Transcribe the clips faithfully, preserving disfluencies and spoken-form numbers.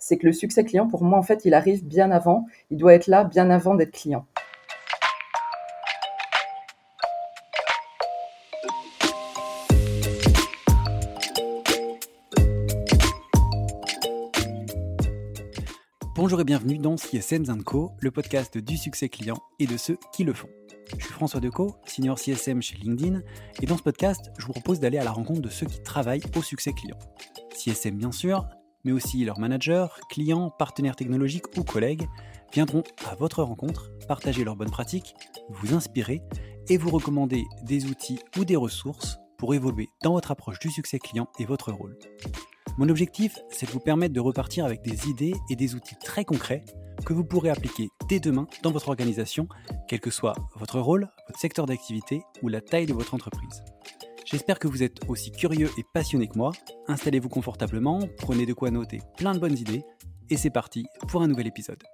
c'est que le succès client, pour moi, en fait, il arrive bien avant. Il doit être là bien avant d'être client. Bonjour et bienvenue dans C S M and Co, le podcast du succès client et de ceux qui le font. Je suis François Decaux, senior C S M chez LinkedIn, et dans ce podcast, je vous propose d'aller à la rencontre de ceux qui travaillent au succès client. C S M bien sûr, mais aussi leurs managers, clients, partenaires technologiques ou collègues viendront à votre rencontre, partager leurs bonnes pratiques, vous inspirer et vous recommander des outils ou des ressources pour évoluer dans votre approche du succès client et votre rôle. Mon objectif, c'est de vous permettre de repartir avec des idées et des outils très concrets que vous pourrez appliquer dès demain dans votre organisation, quel que soit votre rôle, votre secteur d'activité ou la taille de votre entreprise. J'espère que vous êtes aussi curieux et passionné que moi. Installez-vous confortablement, prenez de quoi noter plein de bonnes idées et c'est parti pour un nouvel épisode.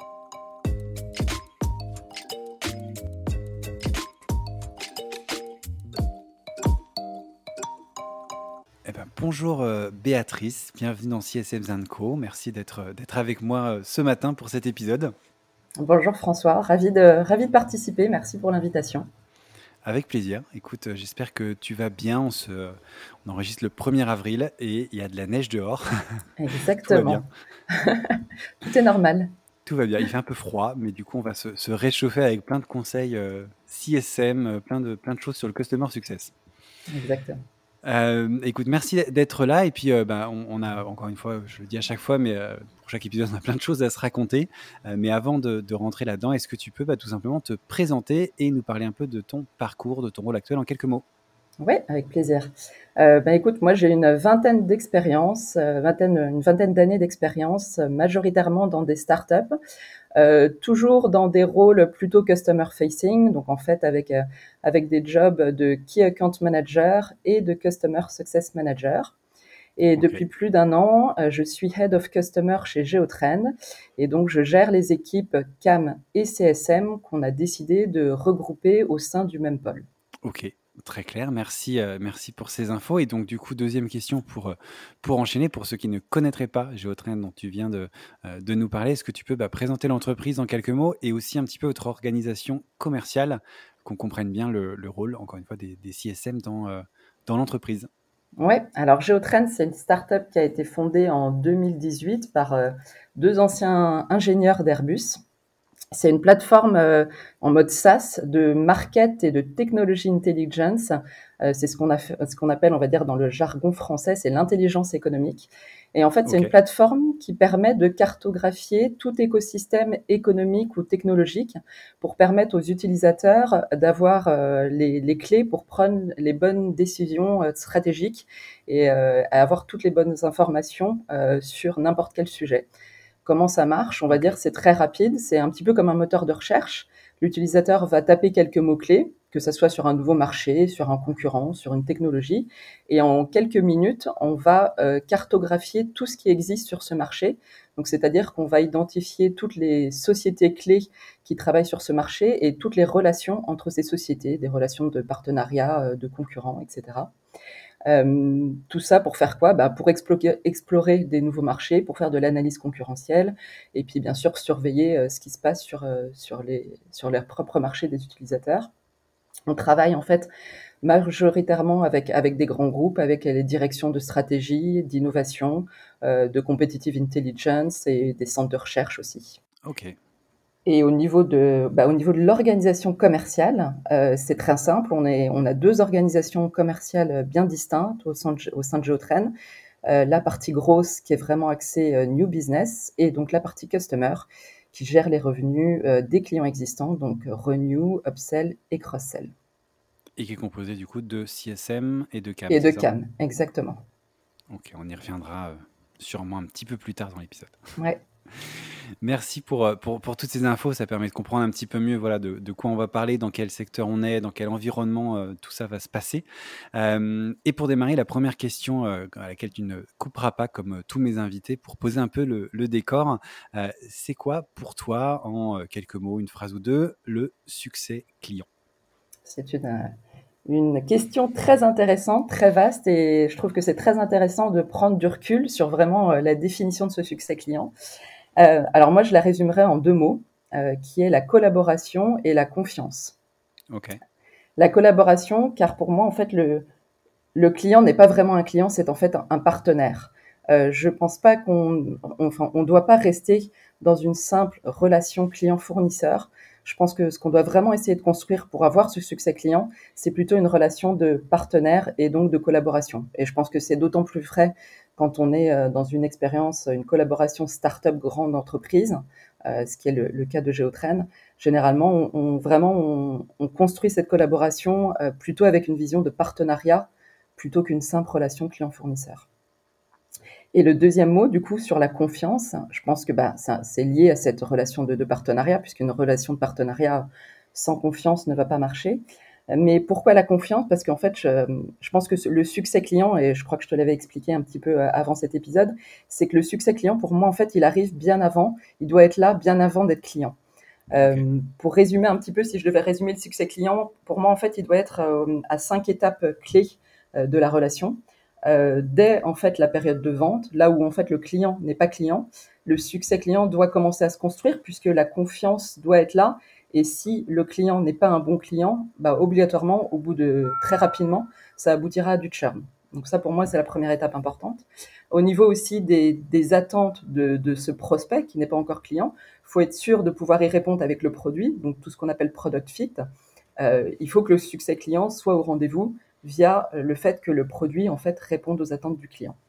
Eh ben, bonjour euh, Béatrice, bienvenue dans C S M and Co. Merci d'être, d'être avec moi euh, ce matin pour cet épisode. Bonjour François, ravi de, ravi de participer. Merci pour l'invitation. Avec plaisir. Écoute, euh, j'espère que tu vas bien. On, se, on enregistre le premier avril et il y a de la neige dehors. Exactement. Tout va bien. Tout est normal. Tout va bien. Il fait un peu froid, mais du coup, on va se, se réchauffer avec plein de conseils euh, C S M, euh, plein de, plein de choses sur le Customer Success. Exactement. Euh, écoute, merci d'être là. Et puis, euh, bah, on, on a, encore une fois, je le dis à chaque fois, mais euh, pour chaque épisode, on a plein de choses à se raconter. Euh, mais avant de, de rentrer là-dedans, est-ce que tu peux bah, tout simplement te présenter et nous parler un peu de ton parcours, de ton rôle actuel en quelques mots? Oui, avec plaisir. Euh, ben écoute, moi j'ai une vingtaine d'expériences, euh, vingtaine, une vingtaine d'années d'expérience, euh, majoritairement dans des startups, euh, toujours dans des rôles plutôt customer facing, donc en fait avec euh, avec des jobs de key account manager et de customer success manager. Et Ok. depuis plus d'un an, euh, je suis head of customer chez Geotrend, et donc je gère les équipes C A M et C S M qu'on a décidé de regrouper au sein du même pôle. Ok, très clair. Merci, euh, merci pour ces infos. Et donc, du coup, deuxième question pour, euh, pour enchaîner, pour ceux qui ne connaîtraient pas Geotrend dont tu viens de, euh, de nous parler, est-ce que tu peux bah, présenter l'entreprise en quelques mots et aussi un petit peu votre organisation commerciale, qu'on comprenne bien le, le rôle, encore une fois, des, des C S M dans, euh, dans l'entreprise? Ouais, alors Geotrend, c'est une start-up qui a été fondée en deux mille dix-huit par euh, deux anciens ingénieurs d'Airbus. C'est une plateforme euh, en mode SaaS de market et de technology intelligence. Euh, c'est ce qu'on a fait- ce qu'on appelle, on va dire, dans le jargon français, c'est l'intelligence économique. Et en fait, c'est Ok, une plateforme qui permet de cartographier tout écosystème économique ou technologique pour permettre aux utilisateurs d'avoir euh, les, les clés pour prendre les bonnes décisions euh, stratégiques et euh, avoir toutes les bonnes informations euh, sur n'importe quel sujet. Comment ça marche? On va ok, dire c'est très rapide, c'est un petit peu comme un moteur de recherche. L'utilisateur va taper quelques mots-clés, que ça soit sur un nouveau marché, sur un concurrent, sur une technologie, et en quelques minutes, on va euh, cartographier tout ce qui existe sur ce marché. Donc, c'est-à-dire qu'on va identifier toutes les sociétés clés qui travaillent sur ce marché et toutes les relations entre ces sociétés, des relations de partenariat, euh, de concurrents, et cetera. Euh, tout ça pour faire quoi? Bah, pour explorer, explorer des nouveaux marchés, pour faire de l'analyse concurrentielle, et puis bien sûr surveiller euh, ce qui se passe sur, euh, sur, les, sur les propres marchés des utilisateurs. On travaille en fait majoritairement avec, avec des grands groupes, avec les directions de stratégie, d'innovation, euh, de competitive intelligence et des centres de recherche aussi. ok. Et au niveau de, bah, au niveau de l'organisation commerciale, euh, c'est très simple. On, est, on a deux organisations commerciales bien distinctes au sein de, au sein de Geotrend. Euh, la partie grosse qui est vraiment axée euh, new business et donc la partie customer qui gère les revenus euh, des clients existants, donc euh, renew, upsell et cross-sell. Et qui est composé du coup de C S M et de C A M, Et de c'est ça? C A M, exactement. Ok, on y reviendra euh, sûrement un petit peu plus tard dans l'épisode. Ouais. Merci pour, euh, pour, pour toutes ces infos, ça permet de comprendre un petit peu mieux voilà, de, de quoi on va parler, dans quel secteur on est, dans quel environnement euh, tout ça va se passer. Euh, et pour démarrer, la première question euh, à laquelle tu ne couperas pas, comme euh, tous mes invités, pour poser un peu le, le décor, euh, c'est quoi pour toi, en euh, quelques mots, une phrase ou deux, le succès client? C'est une, Une question très intéressante, très vaste, et je trouve que c'est très intéressant de prendre du recul sur vraiment euh, la définition de ce succès client. Euh, alors moi, je la résumerai en deux mots, euh, qui est la collaboration et la confiance. Ok. La collaboration, car pour moi, en fait, le, le client n'est pas vraiment un client, c'est en fait un, un partenaire. Euh, je pense pas qu'on, on, enfin, on doit pas rester dans une simple relation client-fournisseur. Je pense que ce qu'on doit vraiment essayer de construire pour avoir ce succès client, c'est plutôt une relation de partenaire et donc de collaboration. Et je pense que c'est d'autant plus vrai quand on est euh, dans une expérience, une collaboration start-up grande entreprise, euh, ce qui est le, le cas de Géotrain. Généralement, on, on vraiment on, on construit cette collaboration euh, plutôt avec une vision de partenariat plutôt qu'une simple relation client-fournisseur. Et le deuxième mot, du coup, sur la confiance, je pense que bah, ça, c'est lié à cette relation de, de partenariat, puisqu'une relation de partenariat sans confiance ne va pas marcher. Mais pourquoi la confiance? Parce qu'en fait, je, je pense que le succès client, et je crois que je te l'avais expliqué un petit peu avant cet épisode, c'est que le succès client, pour moi, en fait, il arrive bien avant, il doit être là bien avant d'être client. Euh, Ok. pour résumer un petit peu, si je devais résumer le succès client, pour moi, en fait, il doit être euh, à cinq étapes clés euh, de la relation. Euh, dès en fait la période de vente, là où en fait le client n'est pas client, le succès client doit commencer à se construire puisque la confiance doit être là. Et si le client n'est pas un bon client, bah, obligatoirement, au bout de très rapidement, ça aboutira à du churn. Donc ça, pour moi, c'est la première étape importante. Au niveau aussi des, des attentes de, de ce prospect qui n'est pas encore client, il faut être sûr de pouvoir y répondre avec le produit, donc tout ce qu'on appelle product fit. Euh, il faut que le succès client soit au rendez-vous via le fait que le produit en fait réponde aux attentes du client.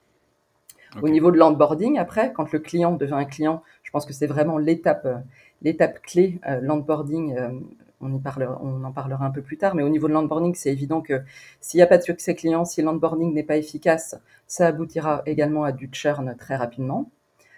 Au Ok. niveau de l'onboarding, après, quand le client devient un client, je pense que c'est vraiment l'étape, l'étape clé, euh, l'onboarding. Euh, on, y parlera, on en parlera un peu plus tard, mais au niveau de l'onboarding, c'est évident que s'il n'y a pas de succès client, si l'onboarding n'est pas efficace, ça aboutira également à du churn très rapidement.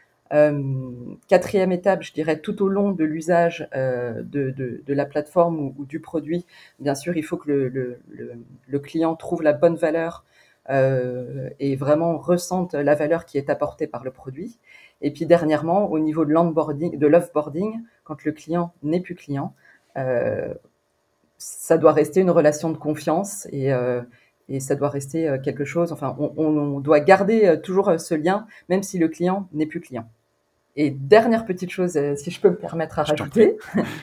Euh, quatrième étape, je dirais tout au long de l'usage euh, de, de, de la plateforme ou, ou du produit, bien sûr, il faut que le, le, le, le client trouve la bonne valeur euh, et vraiment ressente la valeur qui est apportée par le produit. Et puis dernièrement, au niveau de l'onboarding, de l'offboarding, quand le client n'est plus client, euh, ça doit rester une relation de confiance et, euh, et ça doit rester quelque chose. Enfin, on, on doit garder toujours ce lien, même si le client n'est plus client. Et dernière petite chose, euh, si je peux me permettre à Je t'en prie. rajouter,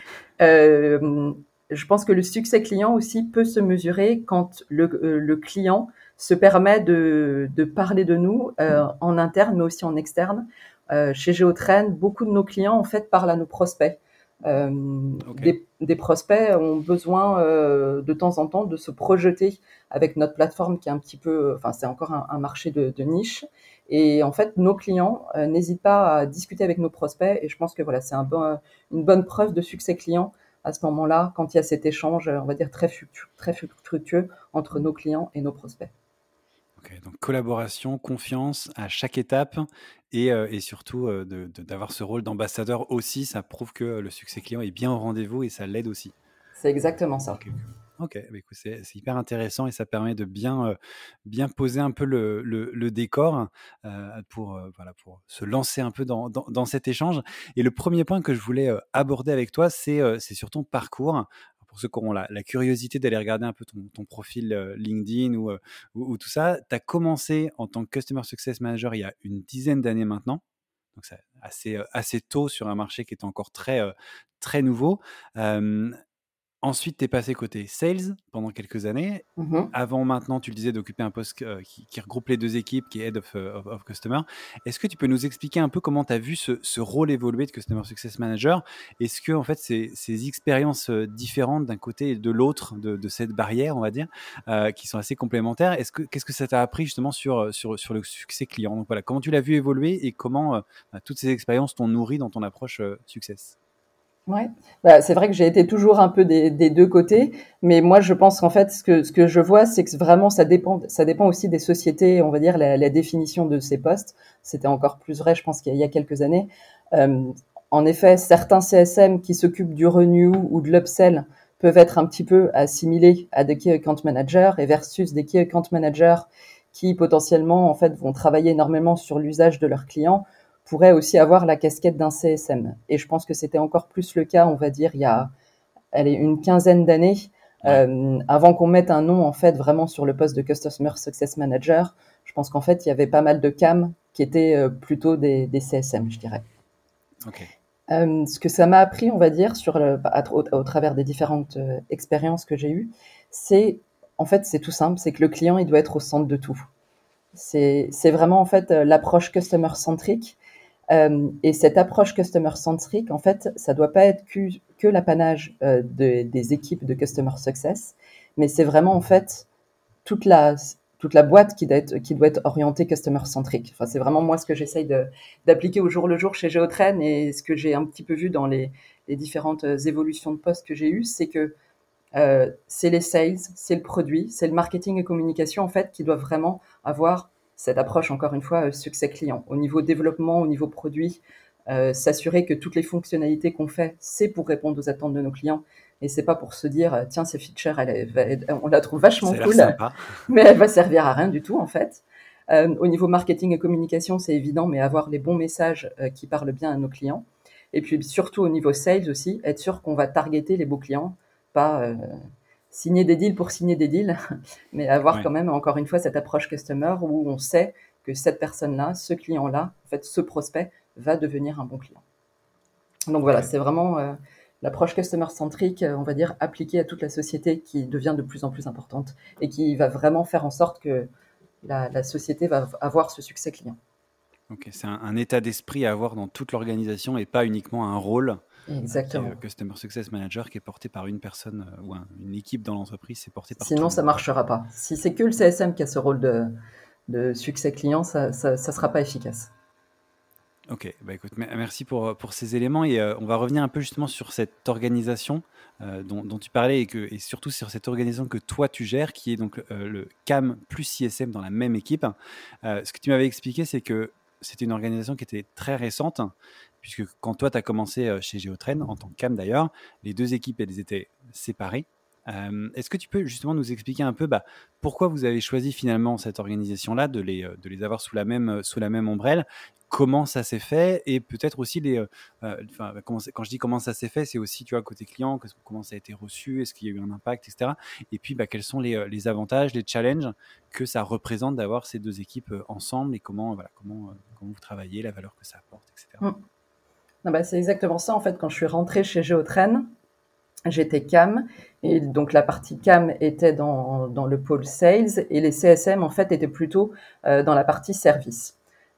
euh, je pense que le succès client aussi peut se mesurer quand le, euh, le client se permet de, de parler de nous euh, en interne, mais aussi en externe. Euh, chez Géotrain, beaucoup de nos clients en fait parlent à nos prospects. Euh, Ok. des, des prospects ont besoin euh, de temps en temps de se projeter avec notre plateforme qui est un petit peu, enfin c'est encore un, un marché de, de niche. Et en fait, nos clients euh, n'hésitent pas à discuter avec nos prospects. Et je pense que voilà, c'est un bon, une bonne preuve de succès client à ce moment-là, quand il y a cet échange, on va dire, très fructueux, très fructueux entre nos clients et nos prospects. Ok. Donc collaboration, confiance à chaque étape et, euh, et surtout euh, de, de- d'avoir ce rôle d'ambassadeur aussi, ça prouve que le succès client est bien au rendez-vous et ça l'aide aussi. C'est exactement ça. Ok, ok. Ok, bah écoute, c'est c'est hyper intéressant et ça permet de bien, euh, bien poser un peu le, le- le décor euh, pour, euh, voilà, pour se lancer un peu dans, dans- dans cet échange. Et le premier point que je voulais euh, aborder avec toi, c'est euh, c'est sur ton parcours. Pour ceux qui auront la, la curiosité d'aller regarder un peu ton, ton profil euh, LinkedIn ou, euh, ou, ou tout ça, tu as commencé en tant que Customer Success Manager il y a une dizaine d'années maintenant. Donc c'est assez, euh, assez tôt sur un marché qui est encore très, euh, très nouveau. Euh, Ensuite, tu es passé côté sales pendant quelques années. Mhm. Avant maintenant, tu le disais, d'occuper un poste euh, qui, qui regroupe les deux équipes, qui est Head of, euh, of, of Customer. Est-ce que tu peux nous expliquer un peu comment tu as vu ce, ce rôle évoluer de Customer Success Manager? Est-ce que en fait, ces, ces expériences euh, différentes d'un côté et de l'autre de, de cette barrière, on va dire, euh, qui sont assez complémentaires, est-ce que, qu'est-ce que ça t'a appris justement sur, sur, sur le succès client? Donc voilà, comment tu l'as vu évoluer et comment euh, bah, toutes ces expériences t'ont nourri dans ton approche euh, Success? Ouais, bah, c'est vrai que j'ai été toujours un peu des, des deux côtés, mais moi je pense qu'en fait ce que ce que je vois, c'est que vraiment ça dépend ça dépend aussi des sociétés, on va dire la, la définition de ces postes. C'était encore plus vrai, je pense qu'il y a, il y a quelques années. Euh, En effet, certains C S M qui s'occupent du renew ou de l'upsell peuvent être un petit peu assimilés à des key account managers et versus des key account managers qui potentiellement en fait vont travailler énormément sur l'usage de leurs clients pourrait aussi avoir la casquette d'un C S M. Et je pense que c'était encore plus le cas, on va dire, il y a allez, une quinzaine d'années, Ouais. Euh, avant qu'on mette un nom en fait vraiment sur le poste de Customer Success Manager, je pense qu'en fait il y avait pas mal de C A M qui étaient euh, plutôt des, des C S M, je dirais. Ok. Euh, ce que ça m'a appris, on va dire, sur le, à, au, au travers des différentes euh, expériences que j'ai eues, c'est en fait c'est tout simple, c'est que le client il doit être au centre de tout. C'est, c'est vraiment en fait euh, l'approche customer centrique. Euh, et cette approche customer centric, en fait, ça doit pas être que, que l'apanage euh, de, des équipes de customer success, mais c'est vraiment en fait toute la toute la boîte qui doit être, qui doit être orientée customer centric. Enfin, c'est vraiment moi ce que j'essaye de, d'appliquer au jour le jour chez Géotrain et ce que j'ai un petit peu vu dans les, les différentes évolutions de postes que j'ai eues, c'est que euh, c'est les sales, c'est le produit, c'est le marketing et communication en fait qui doivent vraiment avoir cette approche, encore une fois, euh, succès client. Au niveau développement, au niveau produit, euh, s'assurer que toutes les fonctionnalités qu'on fait, c'est pour répondre aux attentes de nos clients et c'est pas pour se dire euh, tiens, cette feature, elle, est- elle- on la trouve vachement Ça a l'air cool, sympa. mais elle va servir à rien du tout en fait. Euh, au niveau marketing et communication, c'est évident, mais avoir les bons messages euh, qui parlent bien à nos clients. Et puis surtout au niveau sales aussi, être sûr qu'on va targeter les beaux clients, pas euh, signer des deals pour signer des deals, mais avoir Ouais. quand même, encore une fois, cette approche customer où on sait que cette personne-là, ce client-là, en fait, ce prospect va devenir un bon client. Donc Ok. voilà, c'est vraiment euh, l'approche customer centrique, euh, on va dire, appliquée à toute la société qui devient de plus en plus importante et qui va vraiment faire en sorte que la, la société va avoir ce succès client. Ok. C'est un, un état d'esprit à avoir dans toute l'organisation et pas uniquement un rôle euh, qui est euh, Exactement. Customer Success Manager qui est porté par une personne euh, ou un- une équipe dans l'entreprise, c'est porté par tout Sinon, le ça monde, quoi. marchera pas. Si c'est que le C S M qui a ce rôle de, de succès client, ça, ça, ça sera pas efficace. Ok, bah écoute, me- merci pour, pour ces éléments et euh, on va revenir un peu justement sur cette organisation euh, dont, dont tu parlais et, que, et surtout sur cette organisation que toi tu gères qui est donc euh, le C A M plus I S M dans la même équipe. Euh, ce que tu m'avais expliqué, c'est que c'était une organisation qui était très récente puisque quand toi tu as commencé euh, chez Géotrain, en tant que C A M d'ailleurs, les deux équipes elles étaient séparées. Euh, est-ce que tu peux justement nous expliquer un peu bah, pourquoi vous avez choisi finalement cette organisation-là, de les, euh, de les avoir sous la même, sous la même ombrelle, comment ça s'est fait et peut-être aussi les, euh, euh, enfin, comment c'est- quand je dis comment ça s'est fait, c'est aussi tu vois côté client, qu'est-ce- comment ça a été reçu, est-ce qu'il y a eu un impact, et cetera. Et puis bah, quels sont les, euh, les avantages, les challenges que ça représente d'avoir ces deux équipes euh, ensemble et comment, voilà, comment, euh, comment vous travaillez, la valeur que ça apporte, et cetera. Mm. Non, bah, c'est exactement ça. En fait, quand je suis rentrée chez Géotrain, j'étais C A M et donc la partie C A M était dans, dans le pôle sales et les C S M en fait étaient plutôt euh, dans la partie service.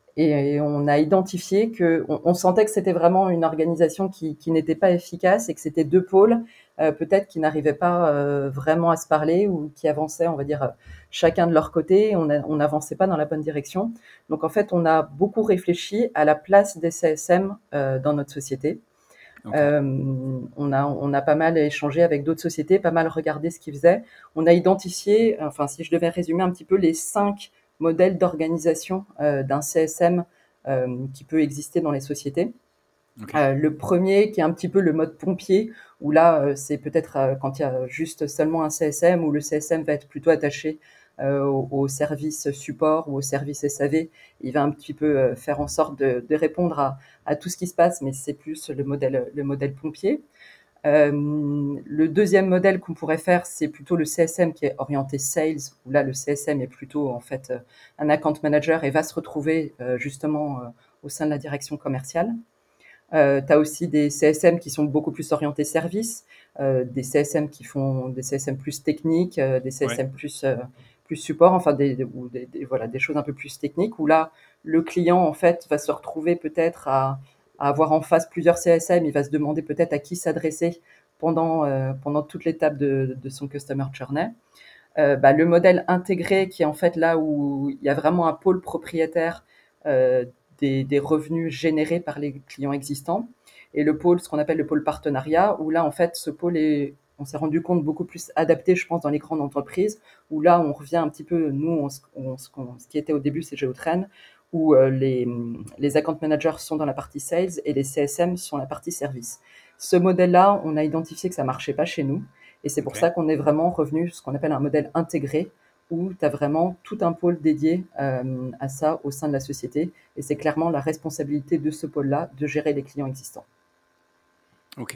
Et on a identifié que on, on sentait que c'était vraiment une organisation qui, qui n'était pas efficace et que c'était deux pôles euh, peut-être qui n'arrivaient pas euh, vraiment à se parler ou qui avançaient, on va dire, chacun de leur côté. On n'avançait pas dans la bonne direction. Donc en fait, on a beaucoup réfléchi à la place des C S M euh, dans notre société. Ok, Euh, on a on a pas mal échangé avec d'autres sociétés, pas mal regardé ce qu'ils faisaient. On a identifié, enfin si je devais résumer un petit peu les cinq modèles d'organisation euh, d'un C S M euh, qui peut exister dans les sociétés. ok, Euh, le premier qui est un petit peu le mode pompier, où là euh, c'est peut-être euh, quand il y a juste seulement un C S M, où le C S M va être plutôt attaché euh, au, au service support ou au service S A V. Il va un petit peu euh, faire en sorte de, de répondre à, à tout ce qui se passe, mais c'est plus le modèle, le modèle pompier. Euh, le deuxième modèle qu'on pourrait faire, c'est plutôt le C S M qui est orienté sales, où là le C S M est plutôt en fait euh, un account manager et va se retrouver euh, justement euh, au sein de la direction commerciale. Euh, tu as aussi des C S M qui sont beaucoup plus orientés service, euh, des C S M qui font des C S M plus techniques, euh, des ouais, C S M plus euh, plus support, enfin des, des, ou des, des voilà des choses un peu plus techniques où là le client en fait va se retrouver peut-être à, à avoir en face plusieurs C S M, il va se demander peut-être à qui s'adresser pendant euh, pendant toute l'étape de, de son customer journey. Euh, bah, le modèle intégré qui est en fait là où il y a vraiment un pôle propriétaire euh, des, des revenus générés par les clients existants et le pôle, ce qu'on appelle le pôle partenariat, où là en fait ce pôle est, on s'est rendu compte, beaucoup plus adapté, je pense, dans les grandes entreprises, où là on revient un petit peu, nous, on, on, ce, qu'on, ce qui était au début, c'est Géotrain, où euh, les, les account managers sont dans la partie sales et les C S M sont la partie service. Ce modèle-là, on a identifié que ça marchait pas chez nous. Et c'est pour ok. ça qu'on est vraiment revenu ce qu'on appelle un modèle intégré, où tu as vraiment tout un pôle dédié euh, à ça au sein de la société. Et c'est clairement la responsabilité de ce pôle-là de gérer les clients existants. Ok.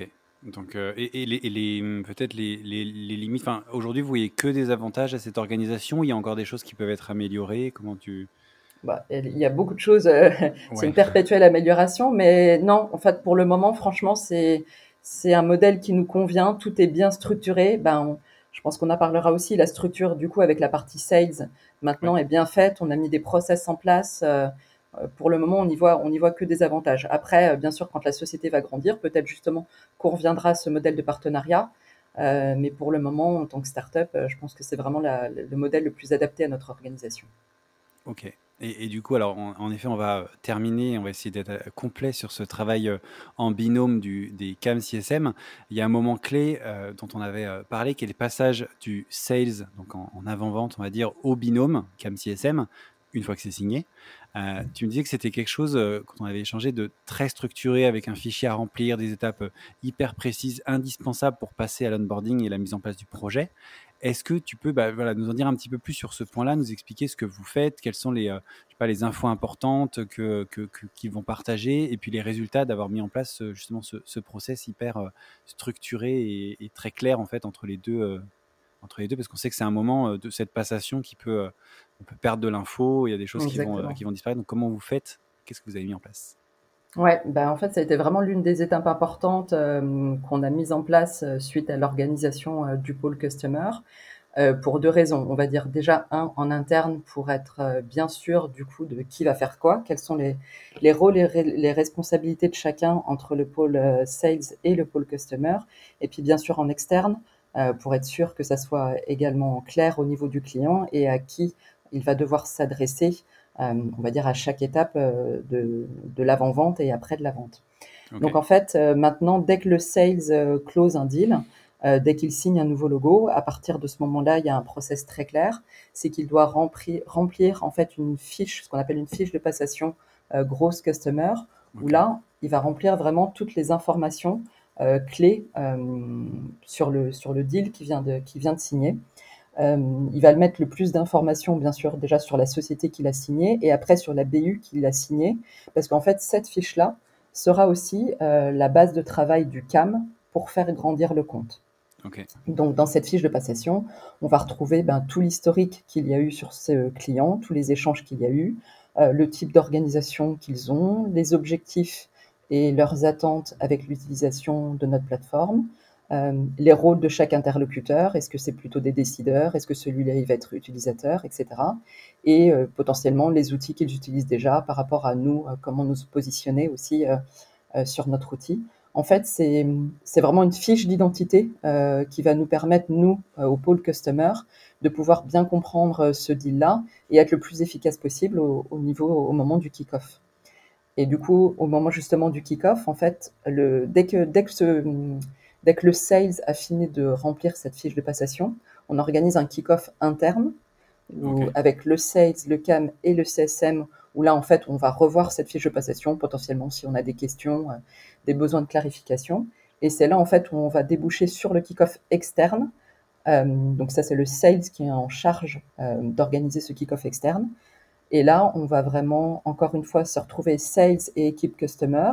Donc, euh, et, et les, et les- peut-être les, les, les limites. Enfin, aujourd'hui, vous voyez que des avantages à cette organisation. Ou il y a encore des choses qui peuvent être améliorées. Comment tu... Bah, il y a beaucoup de choses, euh, c'est une Ouais, perpétuelle amélioration, mais non, en fait, pour le moment, franchement, c'est c'est un modèle qui nous convient, tout est bien structuré. Ben, on- je pense qu'on en parlera aussi. La structure, du coup, avec la partie sales, ouais. maintenant est bien faite. On a mis des process en place. Euh, euh, pour le moment, on n'y voit on n'y voit que des avantages. Après, euh, bien sûr, quand la société va grandir, peut-être justement qu'on reviendra à ce modèle de partenariat. Euh, mais pour le moment, en tant que start-up, euh, je pense que c'est vraiment la- le modèle le plus adapté à notre organisation. Ok. Et, et du coup, alors, en, en effet, on va terminer, on va essayer d'être euh, complet sur ce travail euh, en binôme du, des C A M C S M. Il y a un moment clé euh, dont on avait euh, parlé, qui est le passage du sales, donc en, en avant-vente, on va dire, au binôme C A M C S M, une fois que c'est signé. Euh, tu me disais que c'était quelque chose, euh, quand on avait échangé, de très structuré, avec un fichier à remplir, des étapes euh, hyper précises, indispensables pour passer à l'onboarding et la mise en place du projet. Est-ce que tu peux bah, voilà, nous en dire un petit peu plus sur ce point-là, nous expliquer ce que vous faites, quelles sont les, euh, je sais pas, les infos importantes que, que, que- qu'ils vont partager, et puis les résultats d'avoir mis en place euh, justement ce, ce process hyper euh, structuré et, et très clair en fait entre les deux, euh, entre les deux, parce qu'on sait que c'est un moment euh, de cette passation qui peut, euh, on peut perdre de l'info, il y a des choses qui vont, euh, Exactement. qui vont disparaître. Donc comment vous faites? Qu'est-ce que vous avez mis en place? Ouais, bah, en fait, ça a été vraiment l'une des étapes importantes, hem, qu'on a mises en place, heu, suite à l'organisation, heu, du pôle customer, heu, pour deux raisons. On va dire déjà un en interne pour être, heu, bien sûr du coup de qui va faire quoi, quels sont les les rôles et ré les responsabilités de chacun entre le pôle, heu, sales et le pôle customer et puis bien sûr en externe, heu, pour être sûr que ça soit également clair au niveau du client et à qui il va devoir s'adresser, hem, on va dire à chaque étape, heu, de de l'avant-vente et après de la vente. Ok, Donc en fait, euh, maintenant, dès que le sales euh, close un deal, euh, dès qu'il signe un nouveau logo, à partir de ce moment-là, il y a un process très clair, c'est qu'il doit remplir, remplir en fait une fiche, ce qu'on appelle une fiche de passation euh, grosse customer, où ok, là, il va remplir vraiment toutes les informations euh, clés euh, sur le sur le deal qui vient de qui vient de signer. Euh, il va mettre le plus d'informations, bien sûr, déjà sur la société qu'il a signée et après sur la B U qu'il a signée, parce qu'en fait, cette fiche-là sera aussi euh, la base de travail du C A M pour faire grandir le compte. ok, Donc, dans cette fiche de passation, on va retrouver ben, tout l'historique qu'il y a eu sur ce client, tous les échanges qu'il y a eu, euh, le type d'organisation qu'ils ont, les objectifs et leurs attentes avec l'utilisation de notre plateforme, euh, les rôles de chaque interlocuteur, est-ce que c'est plutôt des décideurs, est-ce que celui-là il va être utilisateur, et cetera. Et euh, potentiellement les outils qu'ils utilisent déjà par rapport à nous, euh, comment nous positionner aussi euh, euh, sur notre outil. En fait, c'est, c'est vraiment une fiche d'identité euh, qui va nous permettre, nous, euh, au pôle customer, de pouvoir bien comprendre euh, ce deal-là et être le plus efficace possible au, au niveau, au moment du kick-off. Et du coup, au moment justement du kick-off, en fait, le, dès, que, dès, que ce, dès que le sales a fini de remplir cette fiche de passation, on organise un kick-off interne ok, où, avec le sales, le C A M et le C S M, où là, en fait, on va revoir cette fiche de passation, potentiellement si on a des questions, euh, des besoins de clarification. Et c'est là, en fait, où on va déboucher sur le kick-off externe. Euh, donc ça, c'est le sales qui est en charge euh, d'organiser ce kick-off externe. Et là, on va vraiment, encore une fois, se retrouver sales et équipe customer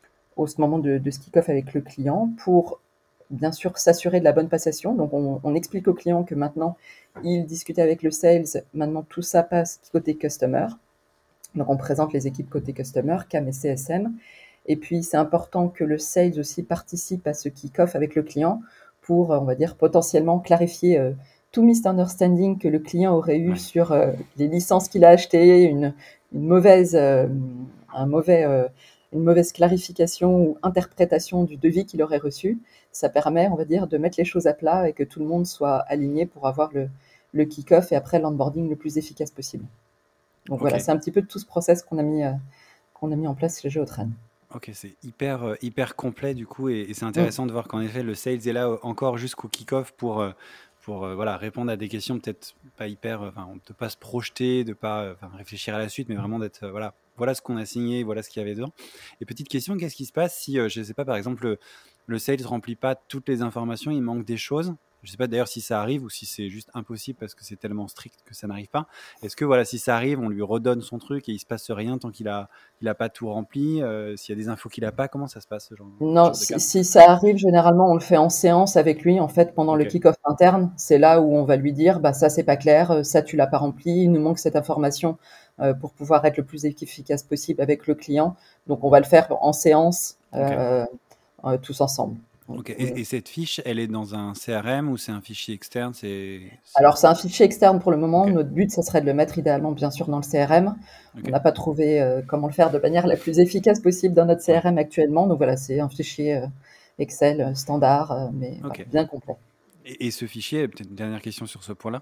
au ce moment de, de ce kick-off avec le client pour bien sûr s'assurer de la bonne passation. Donc on, on explique au client que maintenant il discute avec le sales, maintenant tout ça passe côté customer. Donc on présente les équipes côté customer, C A M et C S M. Et puis c'est important que le sales aussi participe à ce kick-off avec le client pour, on va dire, potentiellement clarifier euh, tout misunderstanding que le client aurait eu ouais, sur euh, les licences qu'il a achetées, une, une mauvaise, euh, un mauvais, euh, une mauvaise clarification ou interprétation du devis qu'il aurait reçu. Ça permet, on va dire, de mettre les choses à plat et que tout le monde soit aligné pour avoir le, le kick-off et après l'onboarding le plus efficace possible. Donc ok. voilà, c'est un petit peu tout ce process qu'on a mis, euh, qu'on a mis en place chez Géotran. Ok, c'est hyper, euh, hyper complet du coup, et, et c'est Mm. intéressant de voir qu'en effet le sales est là euh, encore jusqu'au kick-off pour, euh, pour euh, voilà, répondre à des questions peut-être pas hyper, euh, enfin, de ne pas se projeter, de pas euh, enfin, réfléchir à la suite, mais vraiment d'être, euh, voilà, voilà ce qu'on a signé, voilà ce qu'il y avait dedans. Et petite question, qu'est-ce qui se passe si, euh, je ne sais pas, par exemple, le, le sales remplit pas toutes les informations, il manque des choses? Je ne sais pas d'ailleurs si ça arrive ou si c'est juste impossible parce que c'est tellement strict que ça n'arrive pas. Est-ce que voilà, si ça arrive, on lui redonne son truc et il ne se passe rien tant qu'il a, il a pas tout rempli euh, s'il y a des infos qu'il n'a pas, comment ça se passe ce genre, ce Non, genre de si, cas? si ça arrive, généralement, on le fait en séance avec lui, en fait, pendant le Ok, kick-off interne. C'est là où on va lui dire, bah, ça, c'est pas clair, euh, ça, tu l'as pas rempli, il nous manque cette information euh, pour pouvoir être le plus efficace possible avec le client. Donc, on va le faire en séance, ok. euh, euh, tous ensemble. Donc, Ok. on- Et, et cette fiche, elle est dans un C R M ou c'est un fichier externe? C'est, c'est... Alors, c'est un fichier externe pour le Ok, moment. Notre but, ça serait de le mettre idéalement, bien sûr, dans le C R M. On ok. n'a pas trouvé euh, comment le faire de manière la plus efficace possible dans notre Ouais. C R M actuellement. Donc, voilà, c'est un fichier euh, Excel euh, standard, euh, mais voilà, Ok. bien complet. Et, et ce fichier, peut-être une dernière question sur ce point-là.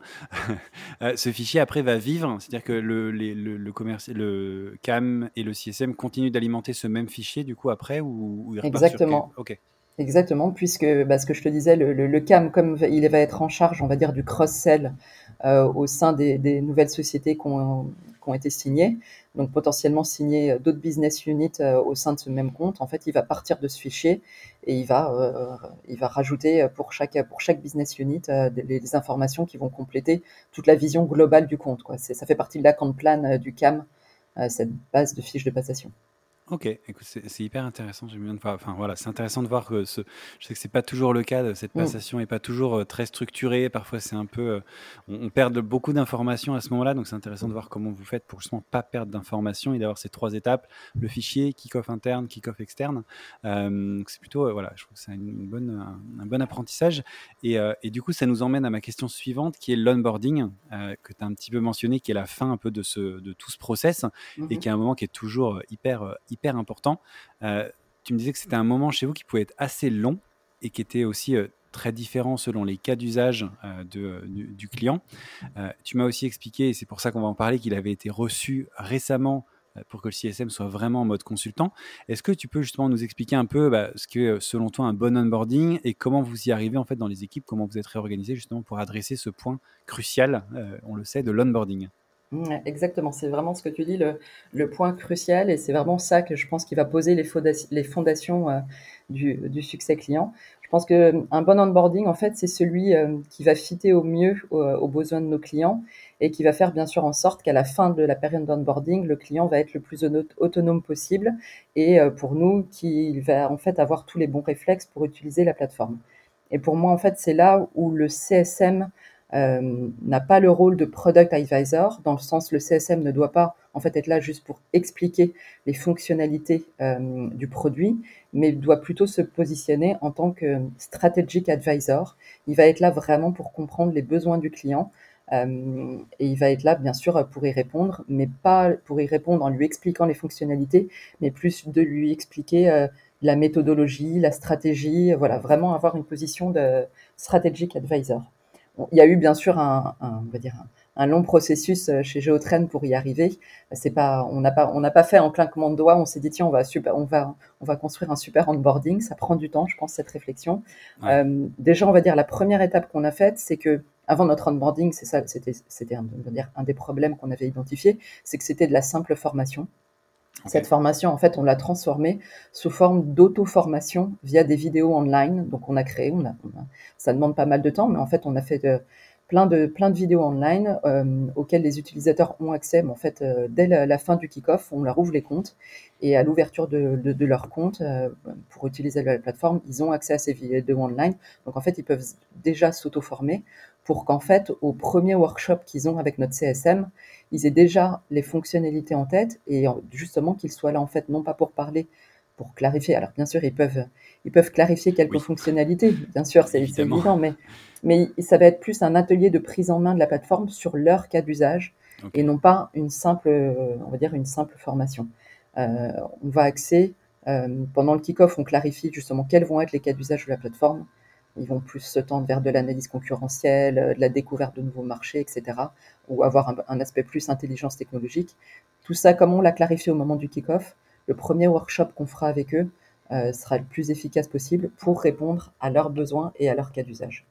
Euh, ce fichier après va vivre, c'est-à-dire que le, les- le, le, commerce, le C A M et le C S M continuent d'alimenter ce même fichier du coup après ou, ou il repart sur quel... Exactement. Ok, Exactement, puisque bah, ce que je te disais, le, le, le C A M, comme il va être en charge, on va dire, du cross-sell euh, au sein des, des nouvelles sociétés qui ont, qui ont été signées, donc potentiellement signer d'autres business units euh, au sein de ce même compte, en fait, il va partir de ce fichier et il va, euh, il va rajouter pour chaque, pour chaque business unit euh, des, des informations qui vont compléter toute la vision globale du compte, quoi. C'est, ça fait partie de l'account plan euh, du C A M, euh, cette base de fiches de passation. ok, écoute, c'est c'est hyper intéressant. J'aime bien de voir. Enfin voilà, c'est intéressant de voir que ce. Je sais que c'est pas toujours le cas. de- Cette Mm. passation est pas toujours euh, très structurée. Parfois, c'est un peu. euh, on, on perd de- beaucoup d'informations à ce moment-là. Donc, c'est intéressant de voir comment vous faites pour justement pas perdre d'informations et d'avoir ces trois étapes le fichier, kick-off interne, kick-off externe. Euh, donc c'est plutôt euh, voilà. Je trouve que c'est une, une bonne, un, un bon apprentissage. Et, euh, et du coup, ça nous emmène à ma question suivante, qui est l'onboarding euh, que tu as un petit peu mentionné, qui est la fin un peu de ce de tout ce process et qui est Mhm. un moment qui est toujours euh, hyper, euh, hyper important. Euh, tu me disais que c'était un moment chez vous qui pouvait être assez long et qui était aussi euh, très différent selon les cas d'usage euh, de, euh, du, du client. Euh, tu m'as aussi expliqué, et c'est pour ça qu'on va en parler, qu'il avait été reçu récemment euh, pour que le C S M soit vraiment en mode consultant. Est-ce que tu peux justement nous expliquer un peu bah, ce que euh, selon toi un bon onboarding et comment vous y arrivez en fait dans les équipes, comment vous êtes réorganisé justement pour adresser ce point crucial, euh, on le sait, de l'onboarding? Ouais, exactement, c'est vraiment ce que tu dis, le, le point crucial, et c'est vraiment ça que je pense qui va poser les, fondations, les fondations euh, du, du succès client. Je pense qu'un bon onboarding, en fait, c'est celui euh, qui va fitter au mieux aux, aux besoins de nos clients et qui va faire bien sûr en sorte qu'à la fin de la période d'onboarding, le client va être le plus auno- autonome possible et euh, pour nous, qu'il va en fait avoir tous les bons réflexes pour utiliser la plateforme. Et pour moi, en fait, c'est là où le C S M euh, n'a pas le rôle de product advisor, dans le sens le C S M ne doit pas en fait être là juste pour expliquer les fonctionnalités euh, du produit, mais doit plutôt se positionner en tant que strategic advisor. Il va être là vraiment pour comprendre les besoins du client. Euh, et il va être là, bien sûr, pour y répondre, mais pas pour y répondre en lui expliquant les fonctionnalités, mais plus de lui expliquer euh, la méthodologie, la stratégie, voilà, vraiment avoir une position de strategic advisor. Il y a eu bien sûr un, un on va dire un, un long processus euh, chez Géotrain pour y arriver. C'est pas, on n'a pas, on n'a pas fait en claquement de doigts. On s'est dit tiens, on va super, on va, on va construire un super onboarding. Ça prend du temps, je pense, cette réflexion. Ouais, Euh, déjà, on va dire la première étape qu'on a faite, c'est que avant notre onboarding, c'est ça, c'était, c'était un, on va dire un des problèmes qu'on avait identifié, c'est que c'était de la simple formation. ok. Cette formation, en fait, on l'a transformée sous forme d'auto-formation via des vidéos online. Donc, on a créé, on a, on a- ça demande pas mal de temps, mais en fait, on a fait de- plein de, plein de vidéos online euh, auxquelles les utilisateurs ont accès. Mais en fait, euh, dès la, la fin du kick-off, on leur ouvre les comptes et à l'ouverture de, de, de leur compte euh, pour utiliser la plateforme, ils ont accès à ces vidéos online. Donc, en fait, ils peuvent déjà s'auto-former pour qu'en fait, au premier workshop qu'ils ont avec notre C S M, ils aient déjà les fonctionnalités en tête et justement qu'ils soient là en fait non pas pour parler, pour clarifier. Alors bien sûr ils peuvent ils peuvent clarifier quelques Oui, fonctionnalités, bien sûr c'est c'est évidemment. évident, mais mais ça va être plus un atelier de prise en main de la plateforme sur leur cas d'usage Ok, et non pas une simple on va dire une simple formation. Euh, on va axer euh, pendant le kick-off on clarifie justement quels vont être les cas d'usage de la plateforme. Ils vont plus se tendre vers de l'analyse concurrentielle, de la découverte de nouveaux marchés, et cetera, ou avoir un, un aspect plus intelligence technologique. Tout ça, comme on l'a clarifié au moment du kick-off, le premier workshop qu'on fera avec eux euh, sera le plus efficace possible pour répondre à leurs besoins et à leurs cas d'usage.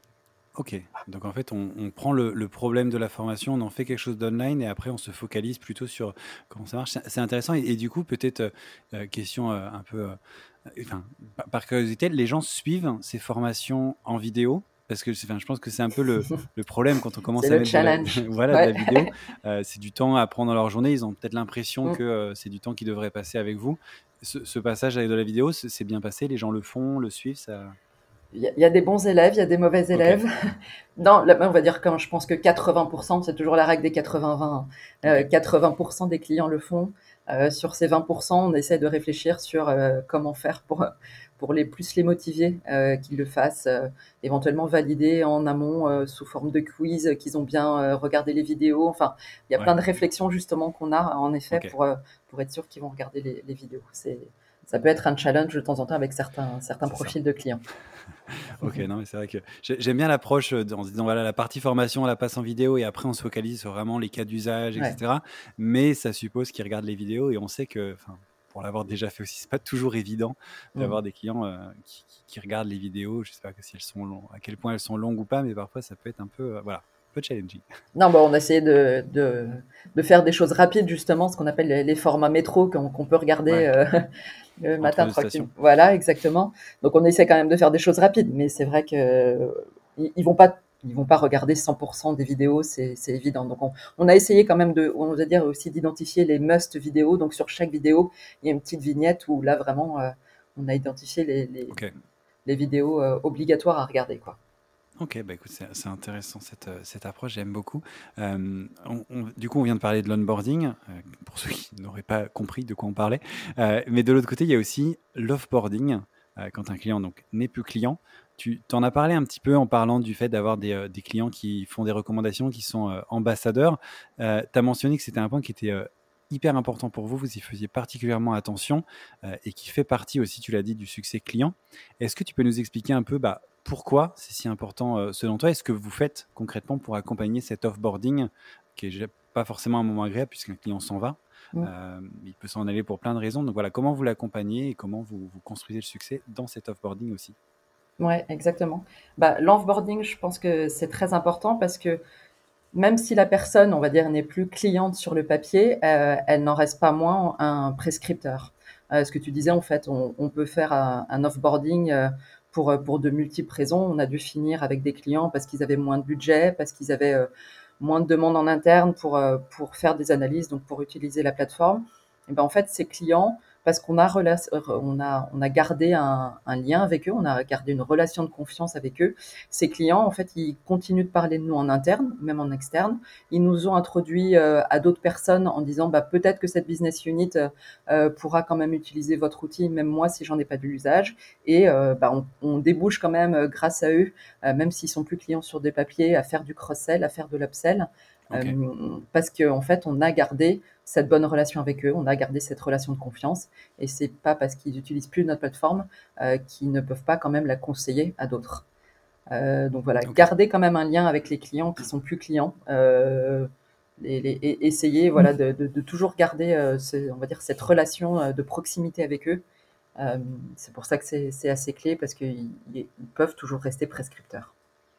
ok. Donc en fait, on, on prend le, le problème de la formation, on en fait quelque chose d'online et après on se focalise plutôt sur comment ça marche. C'est c'est intéressant et, et du coup, peut-être euh, euh, question euh, un peu, euh, enfin, par, par curiosité, les gens suivent ces formations en vidéo Parce que enfin, je pense que c'est un peu le, le problème quand on commence C'est à le mettre de la, challenge. voilà, de Ouais. la vidéo. Euh, c'est du temps à prendre dans leur journée. Ils ont peut-être l'impression Mm. que euh, c'est du temps qu'ils devraient passer avec vous. Ce, ce passage avec de la vidéo, c'est, c'est bien passé. Les gens le font, le suivent. Ça... Il y, a, il y a des bons élèves, il y a des mauvais Ok, élèves. Non, là, on va dire que je pense que quatre-vingts pour cent, c'est toujours la règle des quatre-vingts vingt. ok, Euh, quatre-vingts pour cent des clients le font. Euh, sur ces vingt pour cent, on essaie de réfléchir sur euh, comment faire pour, pour les plus les motiver, euh, qu'ils le fassent, euh, éventuellement valider en amont euh, sous forme de quiz, qu'ils ont bien euh, regardé les vidéos. Enfin, il y a plein ouais, de réflexions justement qu'on a en effet ok. pour, euh, pour être sûr qu'ils vont regarder les, les vidéos. C'est, ça peut être un challenge de temps en temps avec certains, certains C'est ça. profils de clients. Ok, non, mais c'est vrai que j'ai- j'aime bien l'approche euh, en se disant voilà, la partie formation, on la passe en vidéo et après on se focalise sur vraiment les cas d'usage, Ouais. et cetera. Mais ça suppose qu'ils regardent les vidéos et on sait que, enfin, pour l'avoir déjà fait aussi, c'est pas toujours évident Mm. d'avoir des clients euh, qui, qui- qui regardent les vidéos. Je sais pas que si elles sont longues, à quel point elles sont longues ou pas, mais parfois ça peut être un peu, euh, voilà, un peu challenging. Non, bah, on a essayé de, de, de faire des choses rapides, justement, ce qu'on appelle les, les formats métro qu'on qu'on peut regarder Ouais, euh, le entre matin deux tranquille. stations. Voilà, exactement. Donc, on essaie quand même de faire des choses rapides, mais c'est vrai que euh, ils, ils vont pas, ils vont pas regarder cent pour cent des vidéos, c'est c'est évident. Donc, on, on a essayé quand même de, on va dire aussi d'identifier les must vidéos. Donc, sur chaque vidéo, il y a une petite vignette où là, vraiment, euh, on a identifié les, les, Ok. les vidéos euh, obligatoires à regarder, quoi. Ok, bah écoute, c'est c'est intéressant cette, euh, cette approche, j'aime beaucoup. Euh, on- on- du coup, on vient de parler de l'onboarding, euh, pour ceux qui n'auraient pas compris de quoi on parlait. Euh, mais de l'autre côté, il y a aussi l'offboarding, euh, quand un client donc n'est plus client. Tu t'en as parlé un petit peu en parlant du fait d'avoir des, euh, des clients qui font des recommandations, qui sont euh, ambassadeurs. tu as mentionné que c'était un point qui était euh, hyper important pour vous, vous y faisiez particulièrement attention euh, et qui fait partie aussi, tu l'as dit, du succès client. Est-ce que tu peux nous expliquer un peu bah, pourquoi c'est si important euh, selon toi? Est-ce que vous faites concrètement pour accompagner cet offboarding qui est pas forcément un moment agréable puisqu'un client s'en va? Mm. Euh, il peut s'en aller pour plein de raisons. Donc voilà, comment vous l'accompagnez et comment vous, vous construisez le succès dans cet offboarding aussi? Ouais, exactement. Bah, l'onboarding, je pense que c'est très important parce que même si la personne, on va dire, n'est plus cliente sur le papier, euh, elle n'en reste pas moins un prescripteur. Euh, ce que tu disais, en fait, on, on peut faire un, un offboarding euh, pour, pour de multiples raisons. On a dû finir avec des clients parce qu'ils avaient moins de budget, parce qu'ils avaient euh, moins de demandes en interne pour, euh, pour faire des analyses, donc pour utiliser la plateforme. Et ben, en fait, ces clients, parce qu'on a, rela- on a, on a gardé un, un lien avec eux, on a gardé une relation de confiance avec eux, ces clients, en fait, ils continuent de parler de nous en interne, même en externe. Ils nous ont introduits euh, à d'autres personnes en disant bah, peut-être que cette business unit euh, pourra quand même utiliser votre outil, même moi si j'en ai pas de l'usage. Et euh, bah, on, on débouche quand même, euh, grâce à eux, euh, même s'ils sont plus clients sur des papiers, à faire du cross-sell, à faire de l'upsell. Euh, Ok, parce qu'en en fait, on a gardé cette bonne relation avec eux, on a gardé cette relation de confiance, et c'est pas parce qu'ils utilisent plus notre plateforme euh, qu'ils ne peuvent pas quand même la conseiller à d'autres. Euh, donc voilà, ok, garder quand même un lien avec les clients qui sont plus clients. Euh, les, les, et essayer voilà, de, de, de toujours garder euh, ce, on va dire, cette relation euh, de proximité avec eux. Euh, c'est pour ça que c'est, c'est assez clé parce qu'ils ils peuvent toujours rester prescripteurs.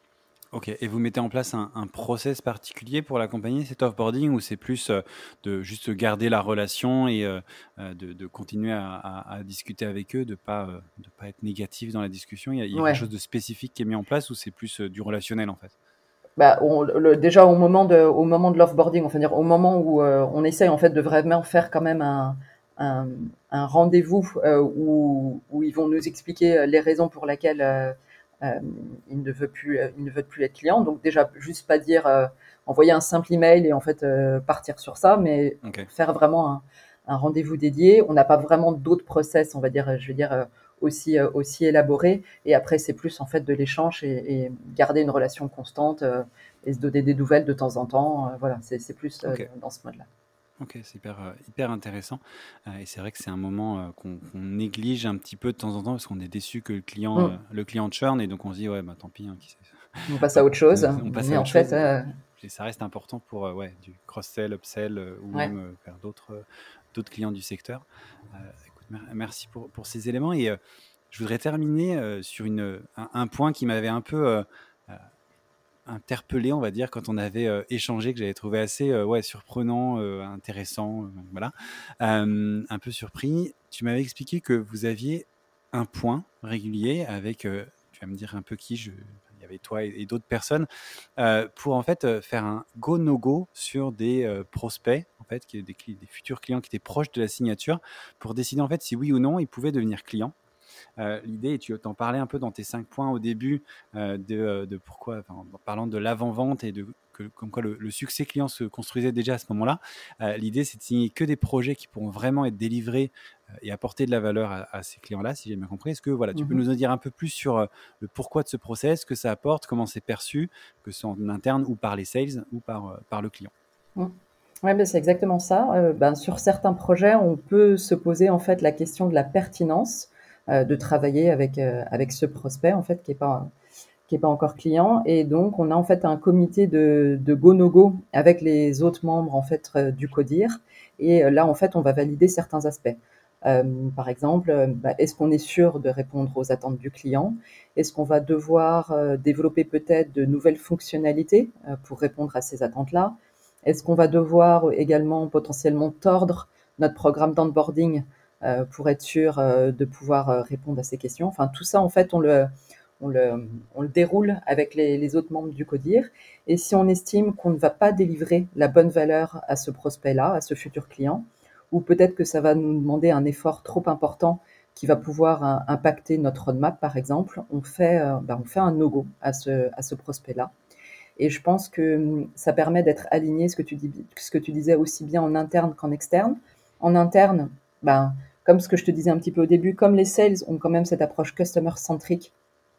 ok. Et vous mettez en place un, un process particulier pour l'accompagner, cet offboarding, ou c'est plus euh, de juste garder la relation et euh, euh, de, de continuer à, à- à discuter avec eux, de pas euh, de pas être négatif dans la discussion? Il y a, il y a quelque Ouais. chose de spécifique qui est mis en place ou c'est plus euh, du relationnel en fait? Bah, on, le, déjà au moment de, au moment de l'offboarding, enfin dire au moment où euh, on essaye en fait de vraiment faire quand même un, un, un rendez-vous euh, où, où ils vont nous expliquer les raisons pour lesquelles euh, euh, ils ne veulent plus, ils ne veulent plus être clients. Donc déjà juste pas dire euh, envoyer un simple email et en fait euh, partir sur ça, mais Ok, faire vraiment un, un rendez-vous dédié. On n'a pas vraiment d'autres process, on va dire, je veux dire euh, aussi euh, aussi élaborés. Et après c'est plus en fait de l'échange et, et garder une relation constante. Euh, et se donner des nouvelles de temps en temps. Euh, voilà, c'est, c'est plus euh, ok. dans ce mode-là. Ok, c'est hyper, euh, hyper intéressant. Euh, et c'est vrai que c'est un moment euh, qu'on qu'on néglige un petit peu de temps en temps parce qu'on est déçu que le client, euh, Mm. le client churn et donc on se dit ouais bah tant pis, hein, qui sait. On passe à Hop, autre chose, on passe mais à en autre fait, chose et, euh, et ça reste important pour euh, ouais, du cross-sell, upsell euh, ou ouais. même euh, vers d'autres euh, d'autres clients du secteur. Euh, écoute, mer- merci pour, pour ces éléments et euh, je voudrais terminer euh, sur une, un, un point qui m'avait un peu euh, euh, interpellé, on va dire, quand on avait euh, échangé, que j'avais trouvé assez euh, ouais, surprenant, euh, intéressant, euh, voilà, Euh, un peu surpris. Tu m'avais expliqué que vous aviez un point régulier avec, euh, tu vas me dire un peu qui, je, il y avait toi et, et d'autres personnes, euh, pour en fait euh, faire un go no go sur des euh, prospects, en fait, qui des, des futurs clients qui étaient proches de la signature, pour décider en fait si oui ou non ils pouvaient devenir clients. Euh, l'idée, et tu t'en parlais un peu dans tes cinq points au début, euh, de, de pourquoi, enfin, en parlant de l'avant-vente et de que, comme quoi le, le succès client se construisait déjà à ce moment-là. Euh, l'idée, c'est de signer que des projets qui pourront vraiment être délivrés euh, et apporter de la valeur à, à ces clients-là, si j'ai bien compris. Est-ce que voilà, tu peux Mhm. nous en dire un peu plus sur euh, le pourquoi de ce process, ce que ça apporte, comment c'est perçu, que ce soit en interne ou par les sales ou par, euh, par le client? Mm. Ouais, ben c'est exactement ça. Euh, ben, sur certains projets, on peut se poser en fait la question de la pertinence euh, de travailler avec euh, avec ce prospect en fait qui est pas qui est pas encore client, et donc on a en fait un comité de, de go no go avec les autres membres en fait euh, du CODIR, et euh, là en fait on va valider certains aspects. Euh, par exemple, euh, bah, est-ce qu'on est sûr de répondre aux attentes du client? Est-ce qu'on va devoir euh, développer peut-être de nouvelles fonctionnalités euh, pour répondre à ces attentes-là? Est-ce qu'on va devoir également potentiellement tordre notre programme d'onboarding euh, pour être sûr euh, de pouvoir euh, répondre à ces questions? Enfin, tout ça, en fait, on le, on le, on le déroule avec les, les autres membres du CODIR. Et si on estime qu'on ne va pas délivrer la bonne valeur à ce prospect-là, à ce futur client, ou peut-être que ça va nous demander un effort trop important qui va pouvoir uh, impacter notre roadmap, par exemple, on fait, euh, ben, on fait un no-go à ce, à ce prospect-là. Et je pense que ça permet d'être aligné, ce que tu, dis, ce que tu disais, aussi bien en interne qu'en externe. En interne, ben, comme ce que je te disais un petit peu au début, comme les sales ont quand même cette approche customer-centrique,